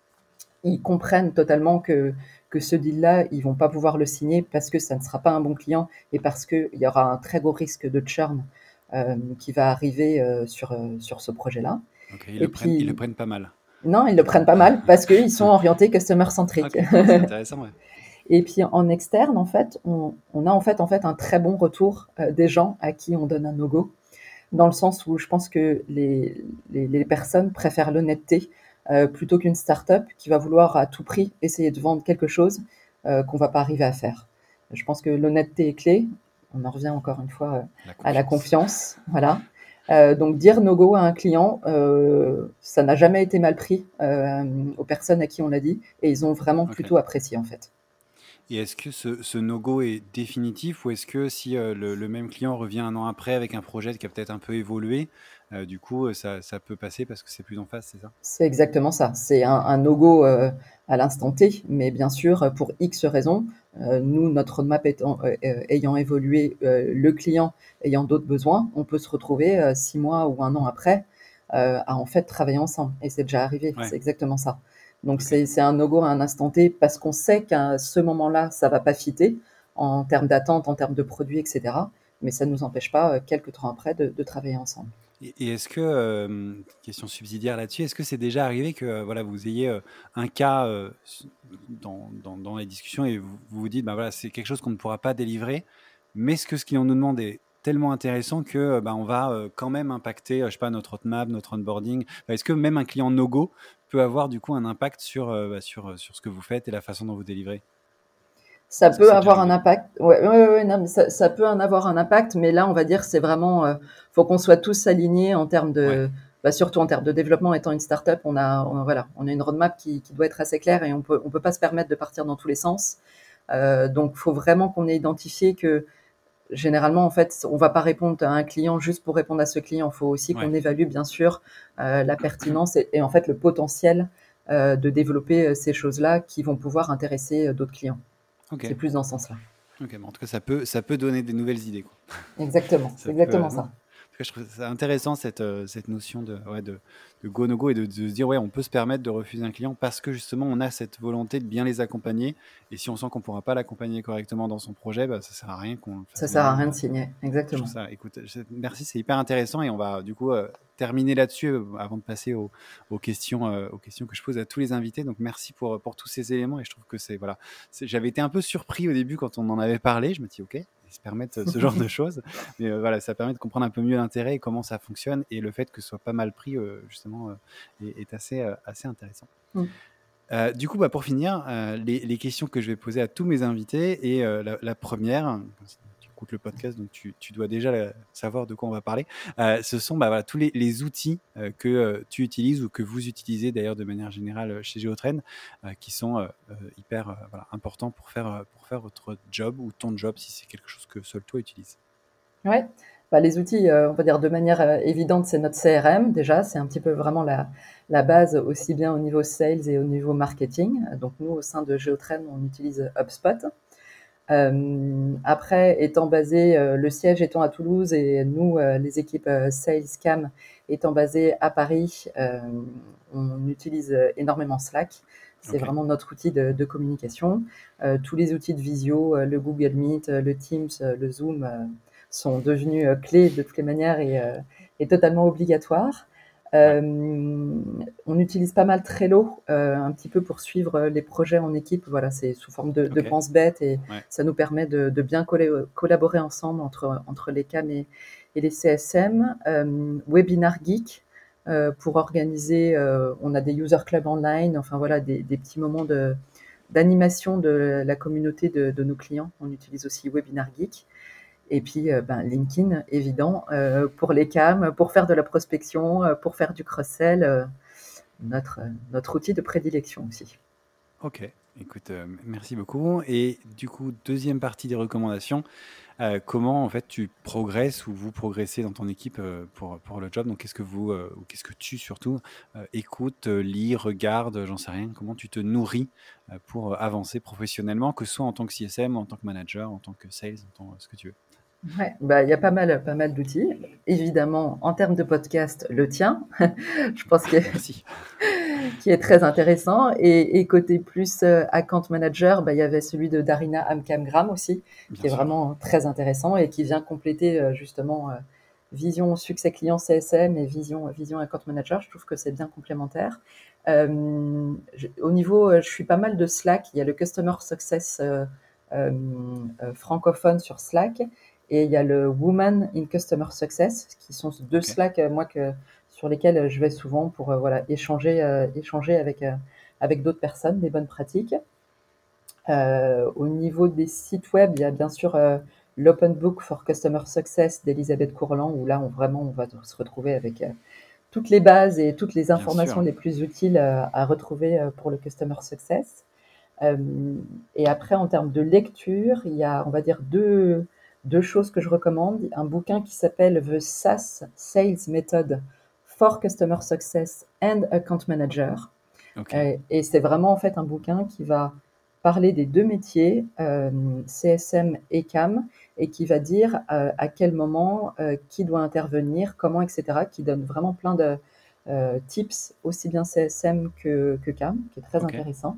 ils comprennent totalement que, que ce deal-là, ils vont pas pouvoir le signer parce que ça ne sera pas un bon client et parce qu'il y aura un très gros risque de churn euh, qui va arriver euh, sur, euh, sur ce projet-là. Ok, ils Et le prennent, ils le puis, prennent pas mal. non, ils le prennent pas mal parce qu'ils sont orientés customer-centric. Ok, bon, c'est intéressant, ouais. Et puis en externe, en fait, on, on a en fait, en fait un très bon retour euh, des gens à qui on donne un no-go, dans le sens où je pense que les, les, les personnes préfèrent l'honnêteté euh, plutôt qu'une start-up qui va vouloir à tout prix essayer de vendre quelque chose euh, qu'on va pas arriver à faire. Je pense que l'honnêteté est clé. On en revient encore une fois euh, La à la confiance. confiance. Voilà. Euh, donc dire no go à un client, euh, ça n'a jamais été mal pris euh, aux personnes à qui on l'a dit, et ils ont vraiment Ok. plutôt apprécié en fait. Et est-ce que ce, ce no-go est définitif, ou est-ce que si euh, le, le même client revient un an après avec un projet qui a peut-être un peu évolué, euh, du coup euh, ça, ça peut passer parce que c'est plus en phase, c'est ça? C'est exactement ça. C'est un, un no-go euh, à l'instant T, mais bien sûr, pour X raisons, euh, nous, notre roadmap étant, euh, euh, ayant évolué, euh, le client ayant d'autres besoins, on peut se retrouver euh, six mois ou un an après euh, à en fait travailler ensemble. Et c'est déjà arrivé, Ouais, c'est exactement ça. Donc ok. c'est, c'est un no-go à un instant T parce qu'on sait qu'à ce moment-là, ça va pas fitter en termes d'attente, en termes de produits, et cetera. Mais ça ne nous empêche pas, euh, quelques temps après, de, de travailler ensemble. Et, et est-ce que, euh, question subsidiaire là-dessus, est-ce que c'est déjà arrivé que euh, voilà, vous ayez euh, un cas euh, dans, dans, dans les discussions et vous vous, vous dites, bah, voilà, c'est quelque chose qu'on ne pourra pas délivrer, mais ce que ce client nous demande est tellement intéressant que bah, on va euh, quand même impacter, euh, je sais pas, notre roadmap, notre onboarding. Enfin, est-ce que même un client no-go peut avoir du coup un impact sur, euh, bah, sur, sur ce que vous faites et la façon dont vous délivrez? Ça Est-ce que peut c'est déjà avoir un arrivé? impact. Ouais, ouais, ouais, ouais, non, mais ça, ça peut en avoir un impact, mais là, on va dire, c'est vraiment, euh, faut qu'on soit tous alignés en termes Ouais, de, bah, surtout en termes de développement. Étant une startup, on a, on, voilà, on a une roadmap qui, qui doit être assez claire et on peut, on peut pas se permettre de partir dans tous les sens. Euh, donc, faut vraiment qu'on ait identifié que généralement, en fait, on va pas répondre à un client juste pour répondre à ce client. Il faut aussi ouais, qu'on évalue, bien sûr, euh, la pertinence et, et en fait le potentiel euh, de développer euh, ces choses-là qui vont pouvoir intéresser euh, d'autres clients. ok. C'est plus dans ce sens-là. Ok, bon, en tout cas, ça peut, ça peut donner des nouvelles idées, quoi. Exactement, c'est Ça peut, euh, exactement non. En ça. tout cas, je trouve ça intéressant cette, euh, cette notion de, ouais, de, de go no go et de, de se dire ouais, on peut se permettre de refuser un client parce que justement on a cette volonté de bien les accompagner, et si on sent qu'on ne pourra pas l'accompagner correctement dans son projet, bah, ça sert à rien qu'on le Ça fasse sert à venir. rien euh. de signer, Je trouve exactement. ça, écoute, je- merci, c'est hyper intéressant, et on va du coup euh, terminer là-dessus euh, avant de passer aux, aux questions, euh, aux questions que je pose à tous les invités. Donc merci pour, pour tous ces éléments, et je trouve que c'est voilà, c'est- j'avais été un peu surpris au début quand on en avait parlé. Je me dis ok, ils se permettent ce genre de choses, mais euh, voilà, ça permet de comprendre un peu mieux l'intérêt et comment ça fonctionne, et le fait que ce soit pas mal pris euh, justement euh, est, est assez, euh, assez intéressant. Mm. Euh, du coup, bah, pour finir, euh, les, les questions que je vais poser à tous mes invités, et euh, la, la première, du écoutes le podcast, donc tu, tu dois déjà euh, savoir de quoi on va parler. Euh, ce sont bah, voilà, tous les, les outils euh, que euh, tu utilises ou que vous utilisez d'ailleurs de manière générale chez Géotrain, euh, qui sont euh, euh, hyper euh, voilà, importants pour faire, pour faire votre job ou ton job si c'est quelque chose que seul toi utilises. Ouais, bah, les outils, euh, on va dire de manière euh, évidente, c'est notre C R M déjà, c'est un petit peu vraiment la, la base aussi bien au niveau sales et au niveau marketing. Donc nous, au sein de Géotrain, on utilise HubSpot. Euh, après, étant basé, euh, le siège étant à Toulouse et nous, euh, les équipes euh, Sales Cam étant basées à Paris, euh, on utilise énormément Slack. C'est Okay. vraiment notre outil de, de communication. Euh, tous les outils de visio, euh, le Google Meet, euh, le Teams, euh, le Zoom, euh, sont devenus euh, clés de toutes les manières et, euh, et totalement obligatoires. Euh, ouais. On utilise pas mal Trello, euh, un petit peu pour suivre les projets en équipe. Voilà, c'est sous forme de, okay. de pense-bête et ouais. ça nous permet de, de bien coller, collaborer ensemble entre, entre les C A M et, et les C S M. Euh, Webinar Geek euh, pour organiser, euh, on a des user clubs online, enfin voilà, des, des petits moments de, d'animation de la communauté de, de nos clients. On utilise aussi Webinar Geek. Et puis, euh, ben, LinkedIn, évident, euh, pour les C A M, pour faire de la prospection, euh, pour faire du cross-sell, euh, notre, notre outil de prédilection aussi. Ok, écoute, euh, merci beaucoup. Et du coup, deuxième partie des recommandations, euh, comment en fait tu progresses ou vous progressez dans ton équipe euh, pour, pour le job? Donc, qu'est-ce que vous, euh, ou qu'est-ce que tu surtout euh, écoutes, euh, lis, regardes, j'en sais rien, comment tu te nourris euh, pour avancer professionnellement, que ce soit en tant que C S M, en tant que manager, en tant que sales, en tant que ce que tu veux? Ouais, bah, il y a pas mal, pas mal d'outils. Évidemment, en termes de podcast, le tien, je pense que Merci. qui est très intéressant. Et, et côté plus euh, account manager, bah, il y avait celui de Darina Amkamgram aussi, Bien qui est sûr. vraiment très intéressant et qui vient compléter euh, justement euh, vision succès client C S M et vision, vision account manager. Je trouve que c'est bien complémentaire. Euh, je, au niveau, je suis pas mal de Slack. Il y a le Customer Success euh, euh, euh, francophone sur Slack. Et il y a le Woman in Customer Success, qui sont deux okay. Slack, euh, moi, que, sur lesquels je vais souvent pour euh, voilà, échanger, euh, échanger avec, euh, avec d'autres personnes, des bonnes pratiques. Euh, au niveau des sites web, il y a bien sûr euh, l'Open Book for Customer Success d'Elisabeth Courland, où là, on, vraiment, on va se retrouver avec euh, toutes les bases et toutes les informations les plus utiles euh, à retrouver euh, pour le Customer Success. Euh, et après, en termes de lecture, il y a, on va dire, deux... Deux choses que je recommande. Un bouquin qui s'appelle The S A S Sales Method for Customer Success and Account Manager. Okay. Et, et c'est vraiment en fait un bouquin qui va parler des deux métiers, euh, C S M et C A M, et qui va dire euh, à quel moment, euh, qui doit intervenir, comment, et cetera, qui donne vraiment plein de euh, tips, aussi bien C S M que, que C A M, qui est très okay. intéressant.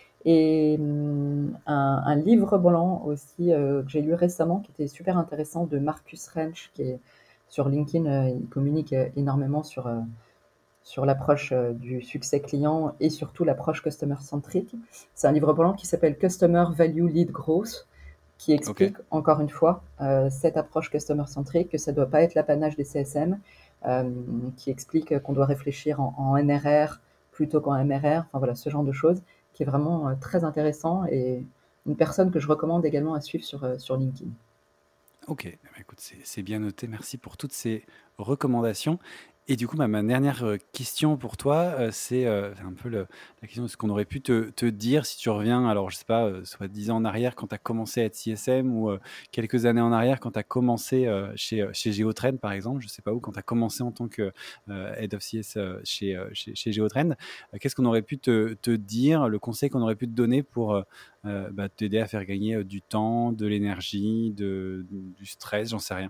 Et hum, un, un livre blanc aussi euh, que j'ai lu récemment qui était super intéressant de Marcus Rench qui est sur LinkedIn, euh, il communique euh, énormément sur, euh, sur l'approche euh, du succès client et surtout l'approche customer centric. C'est un livre blanc qui s'appelle Customer Value Lead Growth qui explique okay. encore une fois euh, cette approche customer centric, que ça ne doit pas être l'apanage des C S M, euh, qui explique qu'on doit réfléchir en, en N R R plutôt qu'en M R R, enfin voilà, ce genre de choses qui est vraiment euh, très intéressant et une personne que je recommande également à suivre sur, euh, sur LinkedIn. Ok, écoute, c'est, c'est bien noté. Merci pour toutes ces recommandations. Et du coup, ma, ma dernière question pour toi, euh, c'est euh, un peu le, la question de ce qu'on aurait pu te, te dire si tu reviens, alors je sais pas, euh, soit dix ans en arrière quand tu as commencé à être C S M ou euh, quelques années en arrière quand tu as commencé euh, chez, chez Géotrain, par exemple, je sais pas où, quand tu as commencé en tant que euh, Head of C S euh, chez, chez, chez Géotrain, euh, qu'est-ce qu'on aurait pu te, te dire, le conseil qu'on aurait pu te donner pour euh, bah, t'aider à faire gagner du temps, de l'énergie, de, du stress, j'en sais rien.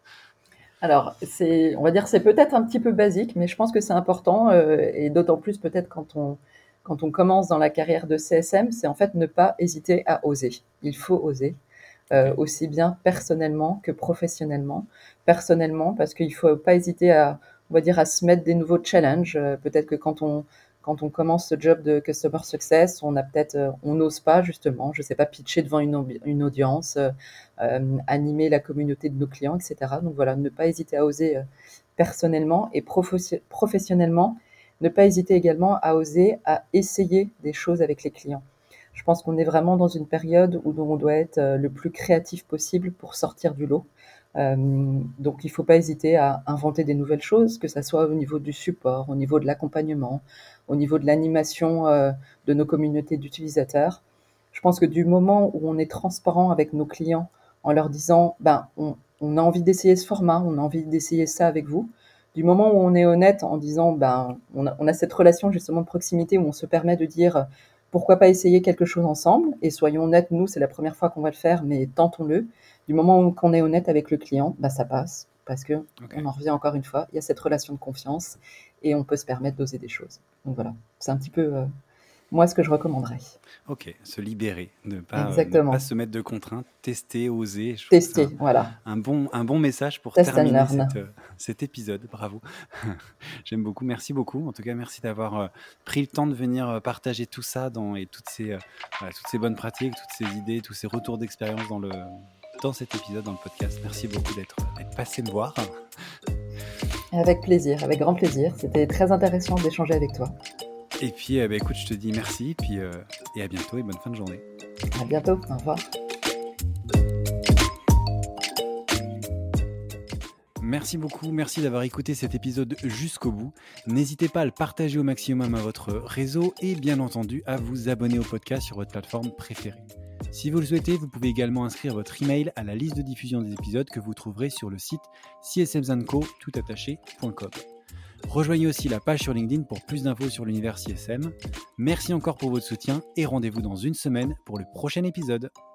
Alors, c'est, on va dire, c'est peut-être un petit peu basique, mais je pense que c'est important, euh, et d'autant plus peut-être quand on, quand on commence dans la carrière de C S M, c'est en fait ne pas hésiter à oser. Il faut oser, euh, okay. aussi bien personnellement que professionnellement. Personnellement, parce qu'il faut pas hésiter à, on va dire, à se mettre des nouveaux challenges. Euh, peut-être que quand on, quand on commence ce job de customer success, on a peut-être, euh, on n'ose pas justement, je sais pas, pitcher devant une, une audience, euh, euh, animer la communauté de nos clients, et cetera. Donc voilà, ne pas hésiter à oser euh, personnellement et prof- professionnellement. Ne pas hésiter également à oser à essayer des choses avec les clients. Je pense qu'on est vraiment dans une période où on doit être euh, le plus créatif possible pour sortir du lot. Euh, donc il ne faut pas hésiter à inventer des nouvelles choses, que ça soit au niveau du support, au niveau de l'accompagnement, au niveau de l'animation euh, de nos communautés d'utilisateurs. Je pense que du moment où on est transparent avec nos clients en leur disant ben, on, on a envie d'essayer ce format, on a envie d'essayer ça avec vous, du moment où on est honnête en disant ben, on a, on a cette relation justement de proximité où on se permet de dire pourquoi pas essayer quelque chose ensemble, et soyons honnêtes, nous c'est la première fois qu'on va le faire, mais tentons-le. Du moment où on est honnête avec le client, bah ça passe, parce que Okay. on en revient encore une fois, il y a cette relation de confiance et on peut se permettre d'oser des choses. Donc voilà, c'est un petit peu euh, moi ce que je recommanderais. Ok, se libérer, ne pas, euh, ne pas Exactement. se mettre de contraintes, tester, oser. Je trouve que c'est Tester, un, voilà. un bon, un bon message pour Test and terminer learn. cette, euh, cet épisode. Bravo. J'aime beaucoup. Merci beaucoup. En tout cas, merci d'avoir euh, pris le temps de venir euh, partager tout ça dans, et toutes ces, euh, voilà, toutes ces bonnes pratiques, toutes ces idées, tous ces retours d'expérience dans, le, dans cet épisode, dans le podcast. Merci beaucoup d'être, d'être passé me voir. Avec plaisir, avec grand plaisir. C'était très intéressant d'échanger avec toi. Et puis, euh, bah, écoute, je te dis merci puis, euh, et à bientôt et bonne fin de journée. À bientôt, au revoir. Merci beaucoup, merci d'avoir écouté cet épisode jusqu'au bout. N'hésitez pas à le partager au maximum à votre réseau et bien entendu à vous abonner au podcast sur votre plateforme préférée. Si vous le souhaitez, vous pouvez également inscrire votre email à la liste de diffusion des épisodes que vous trouverez sur le site c s m zanco tout attaché point com. Rejoignez aussi la page sur LinkedIn pour plus d'infos sur l'univers C S M. Merci encore pour votre soutien et rendez-vous dans une semaine pour le prochain épisode.